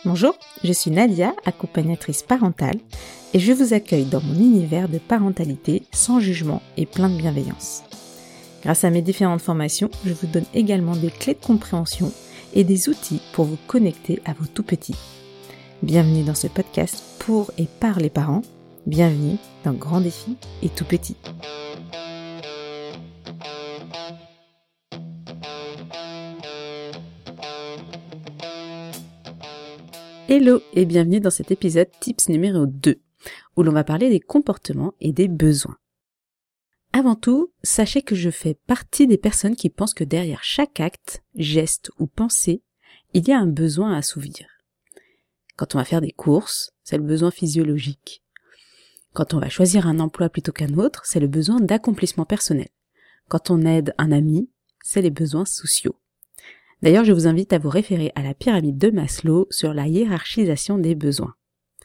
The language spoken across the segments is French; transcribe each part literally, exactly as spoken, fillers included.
Bonjour, je suis Nadia, accompagnatrice parentale, et je vous accueille dans mon univers de parentalité sans jugement et plein de bienveillance. Grâce à mes différentes formations, je vous donne également des clés de compréhension et des outils pour vous connecter à vos tout-petits. Bienvenue dans ce podcast pour et par les parents, bienvenue dans Grands Défis et Tout-Petits. Hello et bienvenue dans cet épisode tips numéro deux, où l'on va parler des comportements et des besoins. Avant tout, sachez que je fais partie des personnes qui pensent que derrière chaque acte, geste ou pensée, il y a un besoin à assouvir. Quand on va faire des courses, c'est le besoin physiologique. Quand on va choisir un emploi plutôt qu'un autre, c'est le besoin d'accomplissement personnel. Quand on aide un ami, c'est les besoins sociaux. D'ailleurs, je vous invite à vous référer à la pyramide de Maslow sur la hiérarchisation des besoins.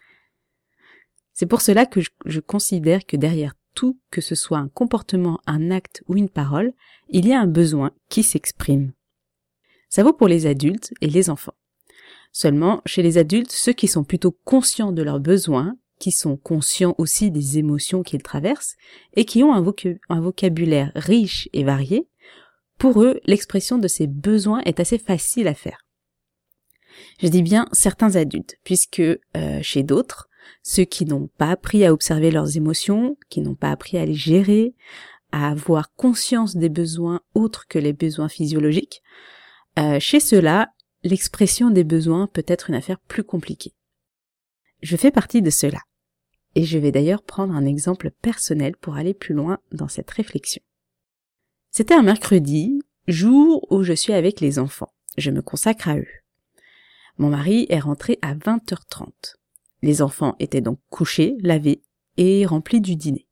C'est pour cela que je, je considère que derrière tout, que ce soit un comportement, un acte ou une parole, il y a un besoin qui s'exprime. Ça vaut pour les adultes et les enfants. Seulement, chez les adultes, ceux qui sont plutôt conscients de leurs besoins, qui sont conscients aussi des émotions qu'ils traversent et qui ont un, voc- un vocabulaire riche et varié, pour eux, l'expression de ces besoins est assez facile à faire. Je dis bien certains adultes, puisque euh, chez d'autres, ceux qui n'ont pas appris à observer leurs émotions, qui n'ont pas appris à les gérer, à avoir conscience des besoins autres que les besoins physiologiques, euh, chez ceux-là, l'expression des besoins peut être une affaire plus compliquée. Je fais partie de ceux-là, et je vais d'ailleurs prendre un exemple personnel pour aller plus loin dans cette réflexion. C'était un mercredi, jour où je suis avec les enfants. Je me consacre à eux. Mon mari est rentré à vingt heures trente. Les enfants étaient donc couchés, lavés et remplis du dîner.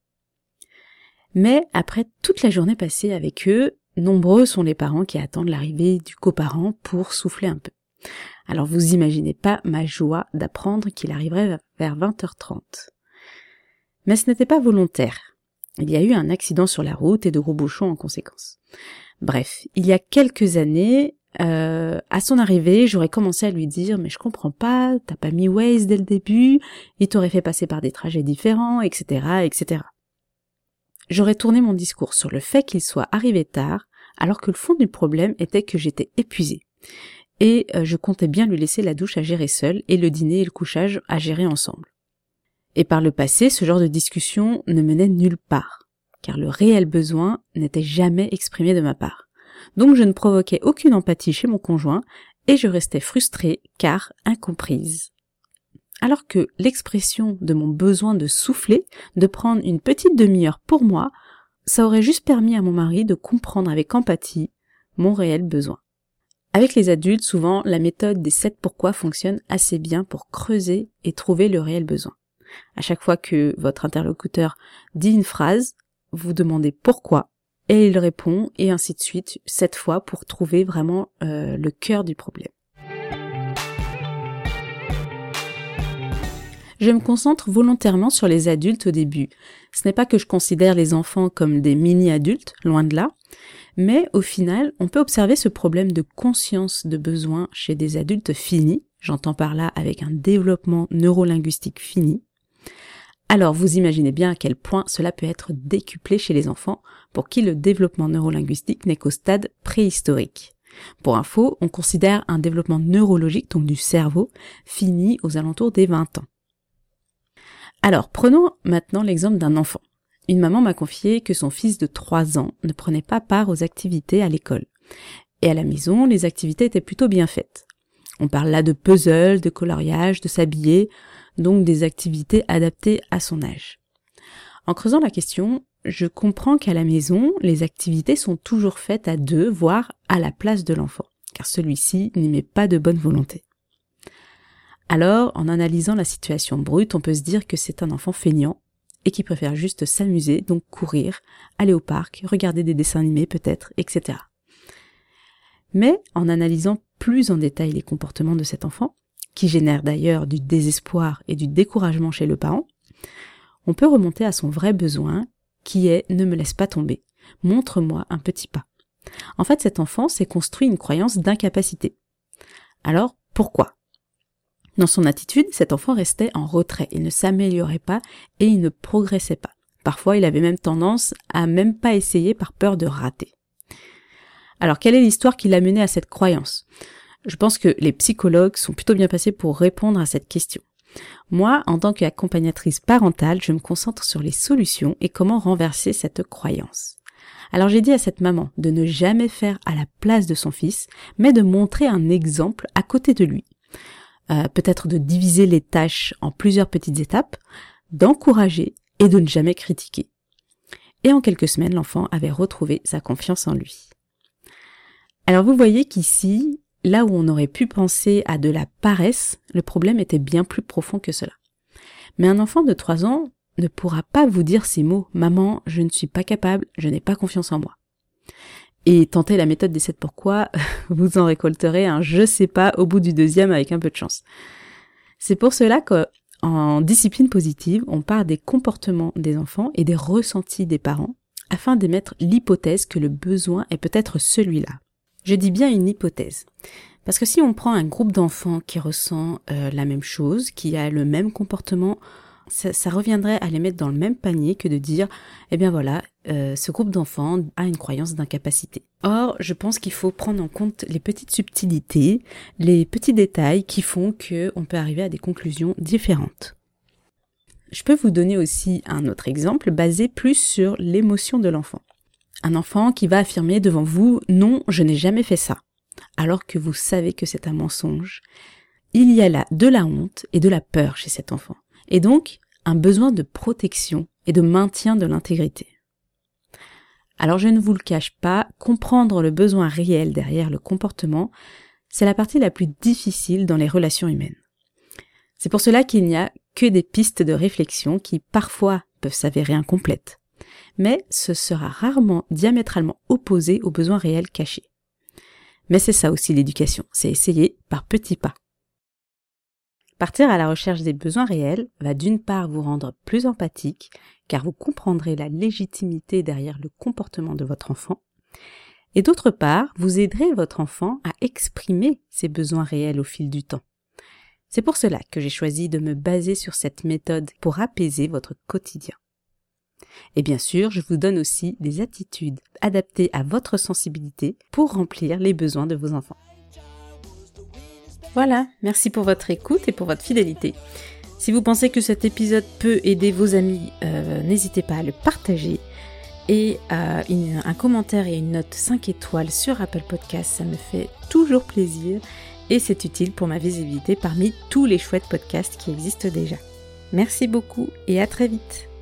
Mais après toute la journée passée avec eux, nombreux sont les parents qui attendent l'arrivée du coparent pour souffler un peu. Alors vous imaginez pas ma joie d'apprendre qu'il arriverait vers vingt heures trente. Mais ce n'était pas volontaire. Il y a eu un accident sur la route et de gros bouchons en conséquence. Bref, il y a quelques années, euh, à son arrivée, j'aurais commencé à lui dire « Mais je comprends pas, t'as pas mis Waze dès le début, il t'aurait fait passer par des trajets différents, et cetera, et cetera » J'aurais tourné mon discours sur le fait qu'il soit arrivé tard, alors que le fond du problème était que j'étais épuisée. Et euh, je comptais bien lui laisser la douche à gérer seule et le dîner et le couchage à gérer ensemble. Et par le passé, ce genre de discussion ne menait nulle part, car le réel besoin n'était jamais exprimé de ma part. Donc je ne provoquais aucune empathie chez mon conjoint, et je restais frustrée, car incomprise. Alors que l'expression de mon besoin de souffler, de prendre une petite demi-heure pour moi, ça aurait juste permis à mon mari de comprendre avec empathie mon réel besoin. Avec les adultes, souvent, la méthode des sept pourquoi fonctionne assez bien pour creuser et trouver le réel besoin. À chaque fois que votre interlocuteur dit une phrase, vous demandez pourquoi, et il répond, et ainsi de suite, sept fois pour trouver vraiment euh, le cœur du problème. Je me concentre volontairement sur les adultes au début. Ce n'est pas que je considère les enfants comme des mini-adultes, loin de là, mais au final, on peut observer ce problème de conscience de besoin chez des adultes finis, j'entends par là avec un développement neurolinguistique fini. Alors vous imaginez bien à quel point cela peut être décuplé chez les enfants, pour qui le développement neurolinguistique n'est qu'au stade préhistorique. Pour info, on considère un développement neurologique, donc du cerveau, fini aux alentours des vingt ans. Alors prenons maintenant l'exemple d'un enfant. Une maman m'a confié que son fils de trois ans ne prenait pas part aux activités à l'école. Et à la maison, les activités étaient plutôt bien faites. On parle là de puzzle, de coloriage, de s'habiller, donc des activités adaptées à son âge. En creusant la question, je comprends qu'à la maison, les activités sont toujours faites à deux, voire à la place de l'enfant, car celui-ci n'y met pas de bonne volonté. Alors, en analysant la situation brute, on peut se dire que c'est un enfant feignant et qui préfère juste s'amuser, donc courir, aller au parc, regarder des dessins animés peut-être, et cetera. Mais en analysant plus en détail les comportements de cet enfant, qui génère d'ailleurs du désespoir et du découragement chez le parent, on peut remonter à son vrai besoin, qui est « ne me laisse pas tomber, montre-moi un petit pas ». En fait, cet enfant s'est construit une croyance d'incapacité. Alors, pourquoi ? Dans son attitude, cet enfant restait en retrait, il ne s'améliorait pas et il ne progressait pas. Parfois, il avait même tendance à même pas essayer par peur de rater. Alors, quelle est l'histoire qui l'a mené à cette croyance ? Je pense que les psychologues sont plutôt bien placés pour répondre à cette question. Moi, en tant qu'accompagnatrice parentale, je me concentre sur les solutions et comment renverser cette croyance. Alors j'ai dit à cette maman de ne jamais faire à la place de son fils, mais de montrer un exemple à côté de lui. Euh, peut-être de diviser les tâches en plusieurs petites étapes, d'encourager et de ne jamais critiquer. Et en quelques semaines, l'enfant avait retrouvé sa confiance en lui. Alors vous voyez qu'ici, là où on aurait pu penser à de la paresse, le problème était bien plus profond que cela. Mais un enfant de trois ans ne pourra pas vous dire ces mots « Maman, je ne suis pas capable, je n'ai pas confiance en moi ». Et tentez la méthode des sept pourquoi, vous en récolterez un je sais pas au bout du deuxième avec un peu de chance. C'est pour cela qu'en discipline positive, on part des comportements des enfants et des ressentis des parents afin d'émettre l'hypothèse que le besoin est peut-être celui-là. Je dis bien une hypothèse. Parce que si on prend un groupe d'enfants qui ressent euh, la même chose, qui a le même comportement, ça, ça reviendrait à les mettre dans le même panier que de dire « Eh bien voilà, euh, ce groupe d'enfants a une croyance d'incapacité ». Or, je pense qu'il faut prendre en compte les petites subtilités, les petits détails qui font qu'on peut arriver à des conclusions différentes. Je peux vous donner aussi un autre exemple basé plus sur l'émotion de l'enfant. Un enfant qui va affirmer devant vous « Non, je n'ai jamais fait ça », alors que vous savez que c'est un mensonge. Il y a là de la honte et de la peur chez cet enfant, et donc un besoin de protection et de maintien de l'intégrité. Alors je ne vous le cache pas, comprendre le besoin réel derrière le comportement, c'est la partie la plus difficile dans les relations humaines. C'est pour cela qu'il n'y a que des pistes de réflexion qui parfois peuvent s'avérer incomplètes. Mais ce sera rarement diamétralement opposé aux besoins réels cachés. Mais c'est ça aussi l'éducation, c'est essayer par petits pas. Partir à la recherche des besoins réels va d'une part vous rendre plus empathique, car vous comprendrez la légitimité derrière le comportement de votre enfant, et d'autre part, vous aiderez votre enfant à exprimer ses besoins réels au fil du temps. C'est pour cela que j'ai choisi de me baser sur cette méthode pour apaiser votre quotidien. Et bien sûr, je vous donne aussi des attitudes adaptées à votre sensibilité pour remplir les besoins de vos enfants. Voilà, merci pour votre écoute et pour votre fidélité. Si vous pensez que cet épisode peut aider vos amis, euh, n'hésitez pas à le partager. Et euh, une, un commentaire et une note cinq étoiles sur Apple Podcast, ça me fait toujours plaisir et c'est utile pour ma visibilité parmi tous les chouettes podcasts qui existent déjà. Merci beaucoup et à très vite.